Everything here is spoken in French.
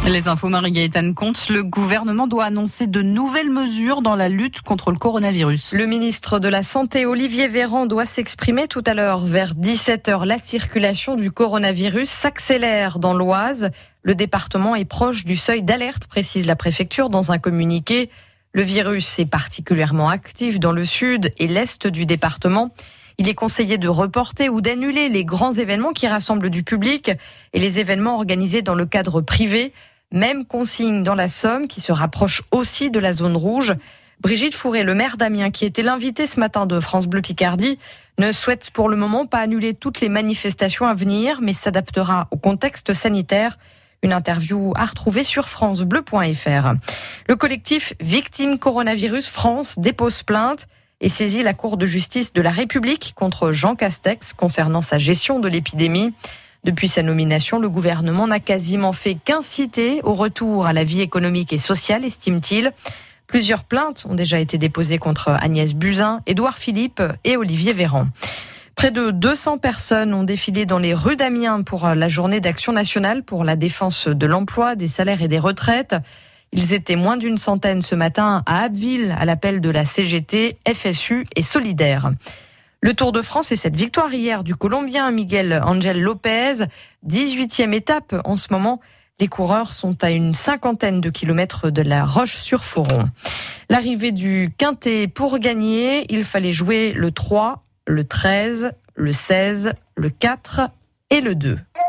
Les infos, Marie-Gaëtane Comte. Le gouvernement doit annoncer de nouvelles mesures dans la lutte contre le coronavirus. Le ministre de la Santé, Olivier Véran, doit s'exprimer tout à l'heure. Vers 17h, la circulation du coronavirus s'accélère dans l'Oise. Le département est proche du seuil d'alerte, précise la préfecture dans un communiqué. Le virus est particulièrement actif dans le sud et l'est du département. Il est conseillé de reporter ou d'annuler les grands événements qui rassemblent du public et les événements organisés dans le cadre privé. Même consigne dans la Somme qui se rapproche aussi de la zone rouge. Brigitte Fourré, le maire d'Amiens, qui était l'invité ce matin de France Bleu Picardie, ne souhaite pour le moment pas annuler toutes les manifestations à venir, mais s'adaptera au contexte sanitaire. Une interview à retrouver sur francebleu.fr. Le collectif Victimes Coronavirus France dépose plainte et saisit la Cour de justice de la République contre Jean Castex concernant sa gestion de l'épidémie. Depuis sa nomination, le gouvernement n'a quasiment fait qu'inciter au retour à la vie économique et sociale, estime-t-il. Plusieurs plaintes ont déjà été déposées contre Agnès Buzyn, Édouard Philippe et Olivier Véran. Près de 200 personnes ont défilé dans les rues d'Amiens pour la journée d'action nationale pour la défense de l'emploi, des salaires et des retraites. Ils étaient moins d'une centaine ce matin à Abbeville à l'appel de la CGT, FSU et Solidaire. Le Tour de France et cette victoire hier du Colombien Miguel Ángel López, 18e étape en ce moment. Les coureurs sont à une 50aine de kilomètres de la Roche-sur-Foron. L'arrivée du Quintet pour gagner, il fallait jouer le 3, le 13, le 16, le 4 et le 2.